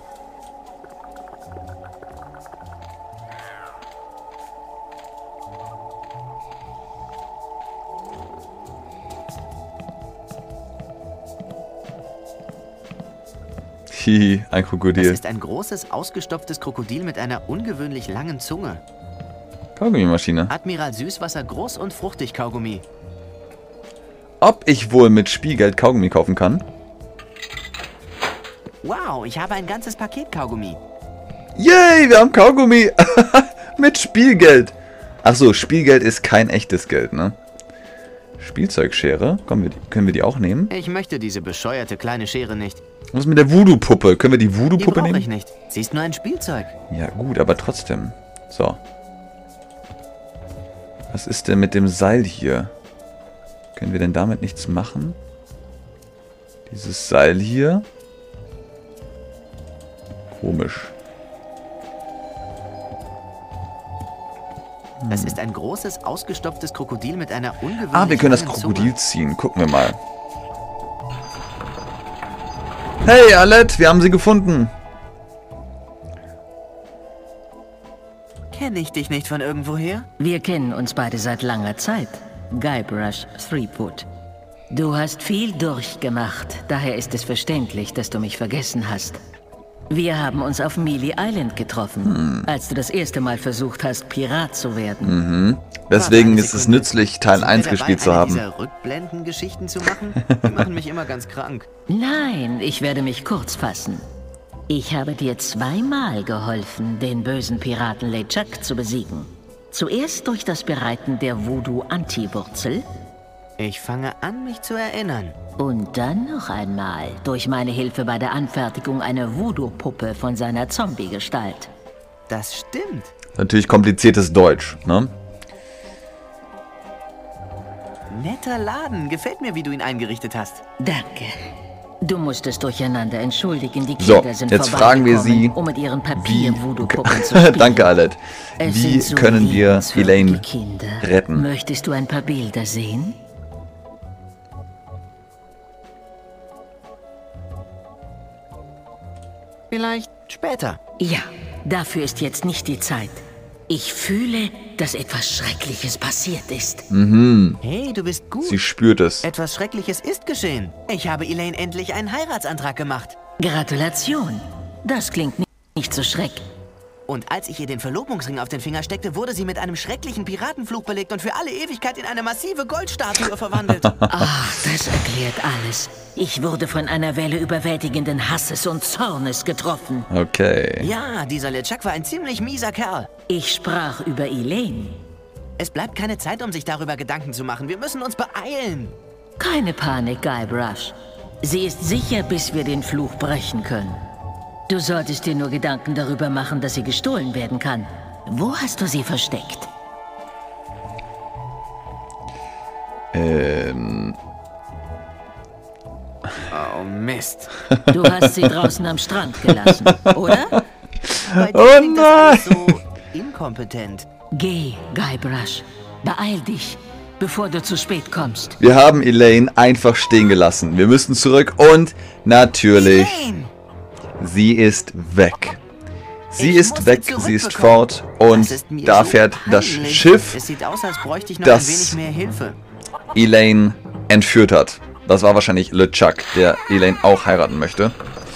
Hihi, ein Das Krokodil. ist ein großes, ausgestopftes Krokodil mit einer ungewöhnlich langen Zunge. Kaugummimaschine. Admiral Süßwasser groß und fruchtig Kaugummi. Ob ich wohl mit Spielgeld Kaugummi kaufen kann? Wow, ich habe ein ganzes Paket Kaugummi. Yay, wir haben Kaugummi. Mit Spielgeld. Achso, Spielgeld ist kein echtes Geld, ne? Spielzeugschere. Können wir, die, können wir die auch nehmen? Ich möchte diese bescheuerte kleine Schere nicht. Was ist mit der Voodoo-Puppe? Können wir die Die Voodoo-Puppe brauche nehmen? ich nicht. Sie ist nur ein Spielzeug. Ja gut, aber trotzdem. So. Was ist denn mit dem Seil hier? Können wir denn damit nichts machen? Dieses Seil hier? Komisch. Das ist ein großes, ausgestopftes Krokodil mit einer ungewöhnlich Ah, wir können das langen Krokodil Zunge. ziehen. Gucken wir mal. Hey, Alette, wir haben sie gefunden. Kenne ich dich nicht von irgendwoher? Wir kennen uns beide seit langer Zeit. Guybrush Threepwood. Du hast viel durchgemacht, daher ist es verständlich, dass du mich vergessen hast. Wir haben uns auf Mealy Island getroffen, Hm. als du das erste Mal versucht hast, Pirat zu werden. Deswegen Warte eine ist es Sekunde. nützlich, Teil Sind wir eins dabei, gespielt zu eine haben. dieser Rückblenden-Geschichten zu machen? Die machen mich immer ganz krank. Nein, ich werde mich kurz fassen. Ich habe dir zweimal geholfen, den bösen Piraten LeChuck zu besiegen. Zuerst durch das Bereiten der Voodoo-Anti-Wurzel Ich fange an, mich zu erinnern. und dann noch einmal durch meine Hilfe bei der Anfertigung einer Voodoo-Puppe von seiner Zombie-Gestalt. Das stimmt. Natürlich kompliziertes Deutsch, ne? Netter Laden. Gefällt mir, wie du ihn eingerichtet hast. Danke. Du musst es durcheinander entschuldigen, die So, Kinder sind jetzt fragen wir Sie, vorbeigekommen, um mit ihren Wie... Papier-Voodoo-Puppen zu spielen. Danke, Alette. Es Wie sind so können wir liebenswürdige Elaine Kinder. retten? Möchtest du ein paar Bilder sehen? Vielleicht später. Ja, dafür ist jetzt nicht die Zeit. Ich fühle, dass etwas Schreckliches passiert ist. Hey, du bist gut. Sie spürt es. Etwas Schreckliches ist geschehen. Ich habe Elaine endlich einen Heiratsantrag gemacht. Gratulation. Das klingt ni- nicht so schrecklich. Und als ich ihr den Verlobungsring auf den Finger steckte, wurde sie mit einem schrecklichen Piratenfluch belegt und für alle Ewigkeit in eine massive Goldstatue verwandelt. Ach, das erklärt alles. Ich wurde von einer Welle überwältigenden Hasses und Zornes getroffen. Okay. Ja, dieser LeChuck war ein ziemlich mieser Kerl. Ich sprach über Elaine. Es bleibt keine Zeit, um sich darüber Gedanken zu machen. Wir müssen uns beeilen. Keine Panik, Guybrush. Sie ist sicher, bis wir den Fluch brechen können. Du solltest dir nur Gedanken darüber machen, dass sie gestohlen werden kann. Wo hast du sie versteckt? Ähm... Oh, Mist. Du hast sie draußen am Strand gelassen, oder? Bei dir Oh klingt das alles so inkompetent. Geh, Guybrush. Beeil dich, bevor du zu spät kommst. Wir haben Elaine einfach stehen gelassen. Wir müssen zurück und natürlich, Elaine! sie ist weg. Sie Ich muss ist sie weg, sie ist zurückbekommen. fort und Das ist mir da so fährt das peinlich. Schiff, Es sieht aus, als bräuchte ich noch das- ein wenig mehr Hilfe. Elaine entführt hat. Das war wahrscheinlich LeChuck, der Elaine auch heiraten möchte.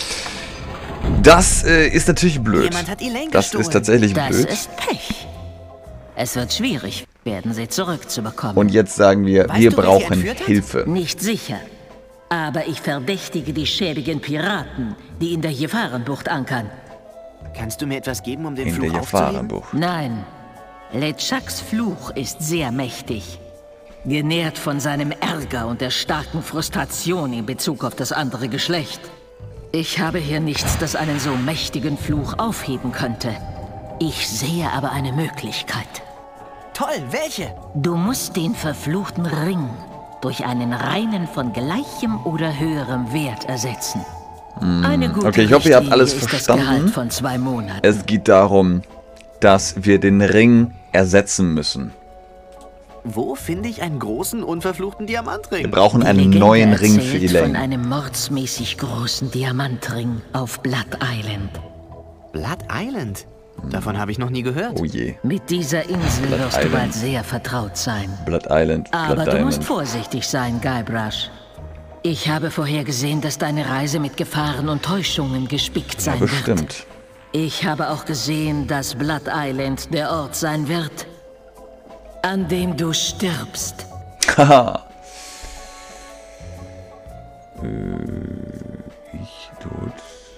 Das äh, ist natürlich blöd. Jemand hat Elaine Das gestohlen. ist tatsächlich Das blöd. ist Pech. Es wird schwierig werden, sie zurückzubekommen. Und jetzt sagen wir, Weißt wir du, wer sie brauchen entführt hat? Hilfe. Nicht sicher. Aber ich verdächtige die schäbigen Piraten, die in der Gefahrenbucht ankern. Kannst du mir etwas geben, um den In der Fluch aufzuheben? Gefahrenbucht. Nein, LeChucks Fluch ist sehr mächtig. Genährt von seinem Ärger und der starken Frustration in Bezug auf das andere Geschlecht. Ich habe hier nichts, das einen so mächtigen Fluch aufheben könnte. Ich sehe aber eine Möglichkeit. Toll, welche? Du musst den verfluchten Ring durch einen reinen von gleichem oder höherem Wert ersetzen. Eine gute Okay, ich hoffe, ihr habt alles Richtlinie ist verstanden. Das Gehalt von zwei Monaten. Es geht darum, dass wir den Ring ersetzen müssen. Wo finde ich einen großen, unverfluchten Diamantring? Wir brauchen Die einen Legende neuen Ring für erzählt von Elaine. einem mordsmäßig großen Diamantring auf Blood Island. Blood Island? Davon habe ich noch nie gehört. Oh je. Mit dieser Insel Blood wirst du Island. bald sehr vertraut sein. Blood Island, Aber Blood du musst Diamond. vorsichtig sein, Guybrush. Ich habe vorhergesehen, dass deine Reise mit Gefahren und Täuschungen gespickt Ja, sein wird. bestimmt. Ich habe auch gesehen, dass Blood Island der Ort sein wird, an dem du stirbst. Haha. äh, ich tot.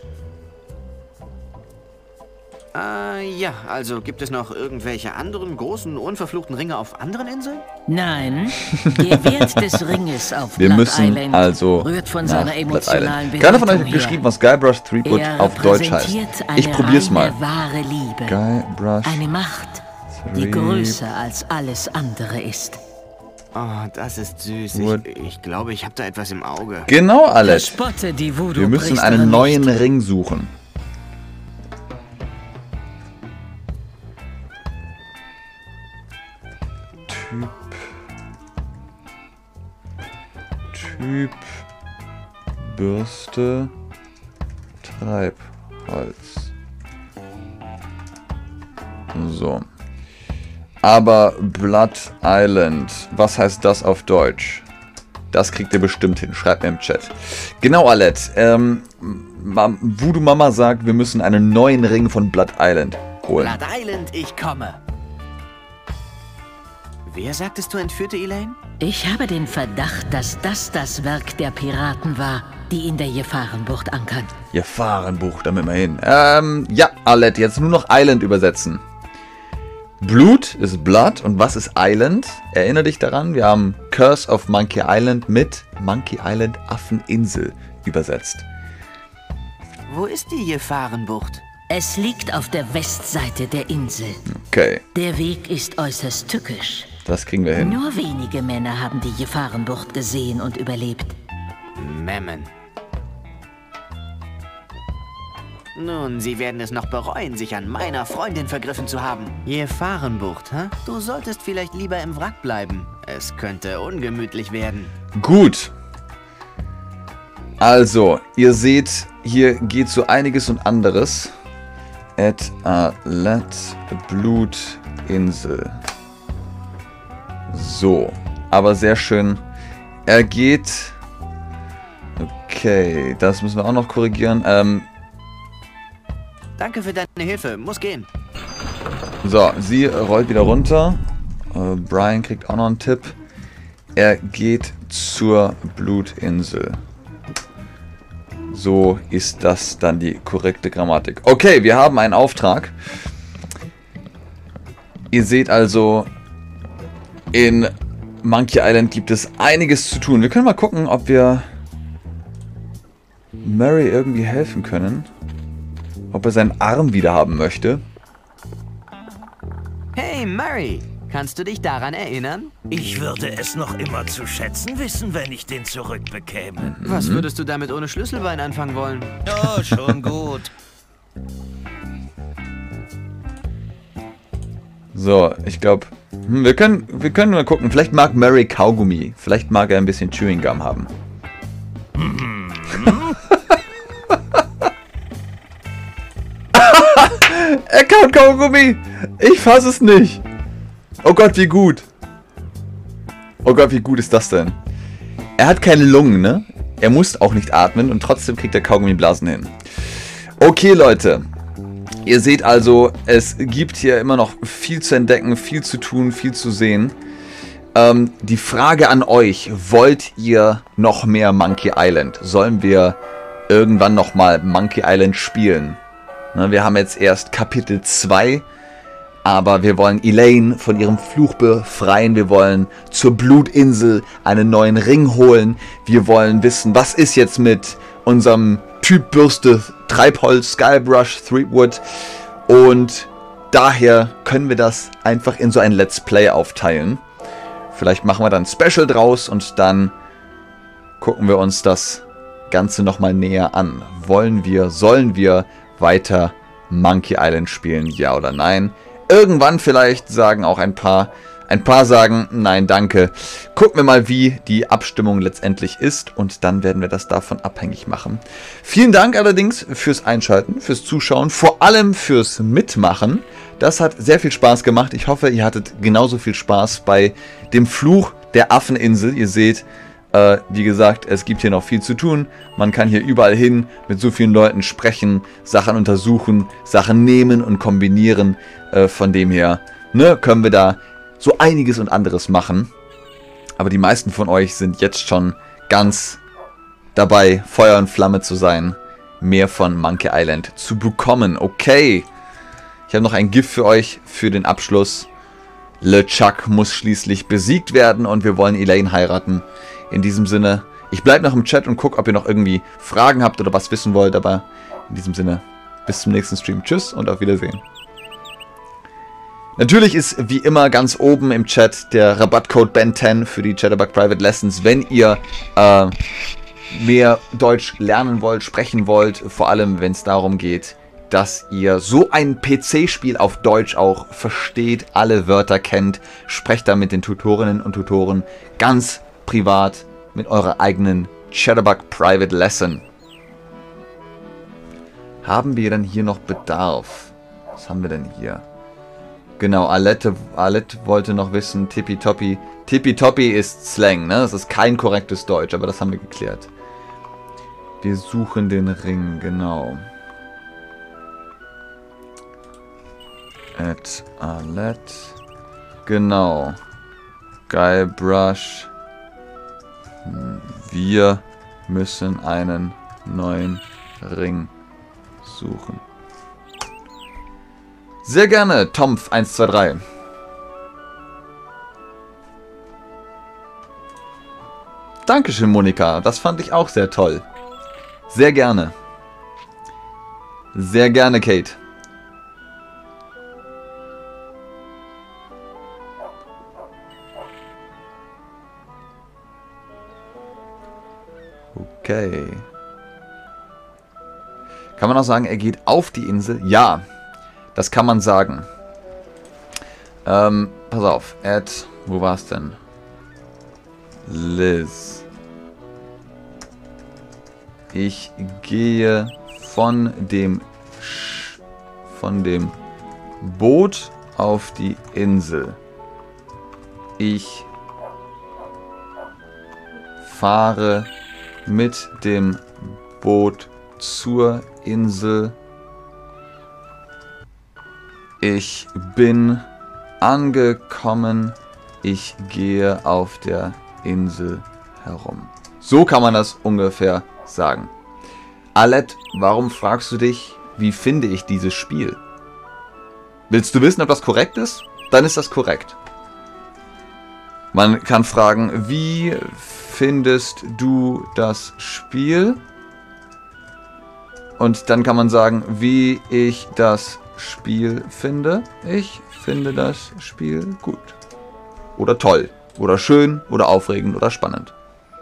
Äh, ja, also gibt es noch irgendwelche anderen großen, unverfluchten Ringe auf anderen Inseln? Nein, der Wert des Ringes auf Wir Blood müssen Island also rührt von nach seiner Blood emotionalen Island. Keiner von euch hat Bedeutung her. geschrieben, was Guybrush Threepwood Er auf Deutsch heißt. repräsentiert eine Ich probier's mal. reine, wahre Liebe. Guybrush Eine Macht, die Threep- größer als alles andere ist. Oh, das ist süß. What? Ich, ich glaube, ich habe da etwas im Auge. Genau, Alex. Verspotte die Voodoo Wir müssen Priesterin einen neuen nicht. Ring suchen. Typ. Typ. Bürste. Treibholz. So. Aber Blood Island, was heißt das auf Deutsch? Das kriegt ihr bestimmt hin. Schreibt mir im Chat. Genau, Alette. Ähm, Ma- Voodoo Mama sagt, wir müssen einen neuen Ring von Blood Island holen. Blood Island, ich komme. Wer sagtest du entführte Elaine? Ich habe den Verdacht, dass das das Werk der Piraten war, die in der Gefahrenbucht ankern. Gefahrenbuch, damit wir hin. Ähm, ja, Alette, jetzt nur noch Island übersetzen. Blut ist Blood und was ist Island? Erinnere dich daran, wir haben Curse of Monkey Island mit Monkey Island Affeninsel übersetzt. Wo ist die Gefahrenbucht? Es liegt auf der Westseite der Insel. Okay, Der Weg ist äußerst tückisch. das kriegen wir hin. Nur wenige Männer haben die Gefahrenbucht gesehen und überlebt. Memmen. Nun, Sie werden es noch bereuen, sich an meiner Freundin vergriffen zu haben. Gefahrenbucht, hä? Du solltest vielleicht lieber im Wrack bleiben. Es könnte ungemütlich werden. Gut. Also, ihr seht, hier geht so einiges und anderes. At Alette Blutinsel. So, aber sehr schön. Er geht... Okay, das müssen wir auch noch korrigieren. Ähm, Danke für deine Hilfe. Muss gehen. So, sie rollt wieder runter. Äh, Brian kriegt auch noch einen Tipp. Er geht zur Blutinsel. So ist das dann die korrekte Grammatik. Okay, wir haben einen Auftrag. Ihr seht also, in Monkey Island gibt es einiges zu tun. Wir können mal gucken, ob wir Murray irgendwie helfen können. Ob er seinen Arm wieder haben möchte. Hey Murray, kannst du dich daran erinnern? Ich würde es noch immer zu schätzen wissen, wenn ich den zurückbekäme. Was würdest du damit ohne Schlüsselbein anfangen wollen? Oh, schon gut. So, ich glaube, hm, wir können, wir können mal gucken. Vielleicht mag Murray Kaugummi. Vielleicht mag er ein bisschen Chewing Gum haben. Er kaut Kaugummi. Ich fasse es nicht. Oh Gott, wie gut. Oh Gott, wie gut ist das denn? Er hat keine Lungen, ne? Er muss auch nicht atmen und trotzdem kriegt er Kaugummiblasen hin. Okay, Leute. Ihr seht also, es gibt hier immer noch viel zu entdecken, viel zu tun, viel zu sehen. Ähm, die Frage an euch, wollt ihr noch mehr Monkey Island? Sollen wir irgendwann nochmal Monkey Island spielen? Ne, wir haben jetzt erst Kapitel zwei, aber wir wollen Elaine von ihrem Fluch befreien. Wir wollen zur Blutinsel einen neuen Ring holen. Wir wollen wissen, was ist jetzt mit unserem Typ Bürste, Treibholz, Guybrush, Threepwood. Und daher können wir das einfach in so ein Let's Play aufteilen. Vielleicht machen wir dann ein Special draus und dann gucken wir uns das Ganze nochmal näher an. Wollen wir, sollen wir weiter Monkey Island spielen, ja oder nein? Irgendwann vielleicht sagen auch ein paar, ein paar sagen, nein, danke. Gucken wir mal, wie die Abstimmung letztendlich ist und dann werden wir das davon abhängig machen. Vielen Dank allerdings fürs Einschalten, fürs Zuschauen, vor allem fürs Mitmachen. Das hat sehr viel Spaß gemacht. Ich hoffe, ihr hattet genauso viel Spaß bei dem Fluch der Affeninsel. Ihr seht, äh, wie gesagt, es gibt hier noch viel zu tun. Man kann hier überall hin, mit so vielen Leuten sprechen, Sachen untersuchen, Sachen nehmen und kombinieren. Äh, von dem her, ne, können wir da so einiges und anderes machen. Aber die meisten von euch sind jetzt schon ganz dabei, Feuer und Flamme zu sein, mehr von Monkey Island zu bekommen. Okay. Ich habe noch ein Gift für euch für den Abschluss. LeChuck muss schließlich besiegt werden und wir wollen Elaine heiraten. In diesem Sinne, ich bleibe noch im Chat und gucke, ob ihr noch irgendwie Fragen habt oder was wissen wollt. Aber in diesem Sinne, bis zum nächsten Stream. Tschüss und auf Wiedersehen. Natürlich ist wie immer ganz oben im Chat der Rabattcode Ben zehn für die Chatterbug Private Lessons, wenn ihr äh, mehr Deutsch lernen wollt, sprechen wollt, vor allem wenn es darum geht, dass ihr so ein P C-Spiel auf Deutsch auch versteht, alle Wörter kennt, sprecht da mit den Tutorinnen und Tutoren ganz privat mit eurer eigenen Chatterbug Private Lesson. Haben wir denn hier noch Bedarf? Was haben wir denn hier? Genau, Alette, Alette wollte noch wissen, Tippitoppi. Tippitoppi ist Slang, ne? Das ist kein korrektes Deutsch, aber das haben wir geklärt. Wir suchen den Ring, genau. At Alette. Genau. Guybrush. Wir müssen einen neuen Ring suchen. Sehr gerne, Tomf eins zwei drei. Dankeschön, Monika. Das fand ich auch sehr toll. Sehr gerne. Sehr gerne, Kate. Okay. Kann man auch sagen, er geht auf die Insel? Ja, das kann man sagen. Ähm, pass auf. Ed, wo war's denn? Liz. Ich gehe von dem Sch von dem Boot auf die Insel. Ich fahre mit dem Boot zur Insel Ich bin angekommen. Ich gehe auf der Insel herum. So kann man das ungefähr sagen. Alette, warum fragst du dich, wie finde ich dieses Spiel? Willst du wissen, ob das korrekt ist? Dann ist das korrekt. Man kann fragen, wie findest du das Spiel? Und dann kann man sagen, wie ich das Spiel finde. Ich finde das Spiel gut. Oder toll. Oder schön. Oder aufregend. Oder spannend.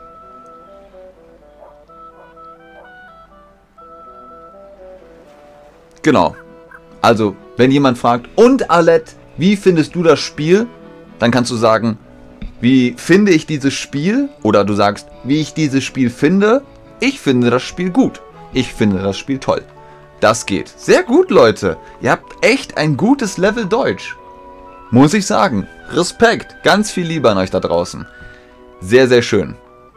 Genau. Also, wenn jemand fragt, und Alette, wie findest du das Spiel? Dann kannst du sagen, wie finde ich dieses Spiel? Oder du sagst, wie ich dieses Spiel finde. Ich finde das Spiel gut. Ich finde das Spiel toll. Das geht. Sehr gut, Leute. Ihr habt echt ein gutes Level Deutsch. Muss ich sagen. Respekt. Ganz viel Liebe an euch da draußen. Sehr, sehr schön.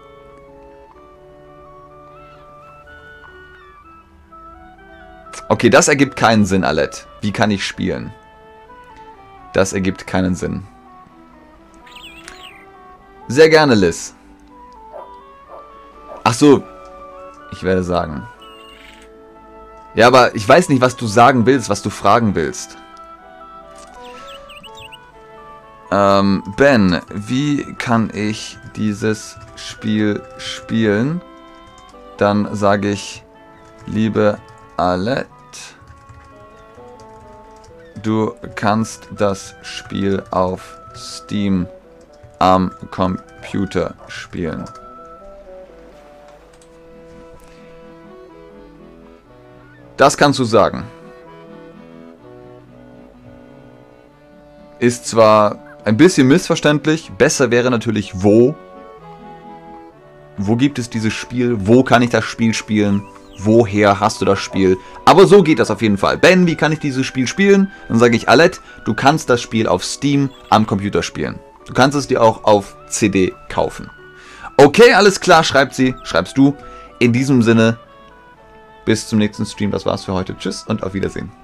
Okay, das ergibt keinen Sinn, Alette. Wie kann ich spielen? Das ergibt keinen Sinn. Sehr gerne, Liz. Ach so. Ich werde sagen. Ja, aber ich weiß nicht, was du sagen willst, was du fragen willst. Ähm, Ben, wie kann ich dieses Spiel spielen? Dann sage ich, liebe Alette, du kannst das Spiel auf Steam am Computer spielen. Das kannst du sagen. Ist zwar ein bisschen missverständlich. Besser wäre natürlich wo. Wo gibt es dieses Spiel? Wo kann ich das Spiel spielen? Woher hast du das Spiel? Aber so geht das auf jeden Fall. Ben, wie kann ich dieses Spiel spielen? Dann sage ich, Alette, du kannst das Spiel auf Steam am Computer spielen. Du kannst es dir auch auf C D kaufen. Okay, alles klar, schreibt sie, schreibst du. In diesem Sinne, bis zum nächsten Stream. Das war's für heute. Tschüss und auf Wiedersehen.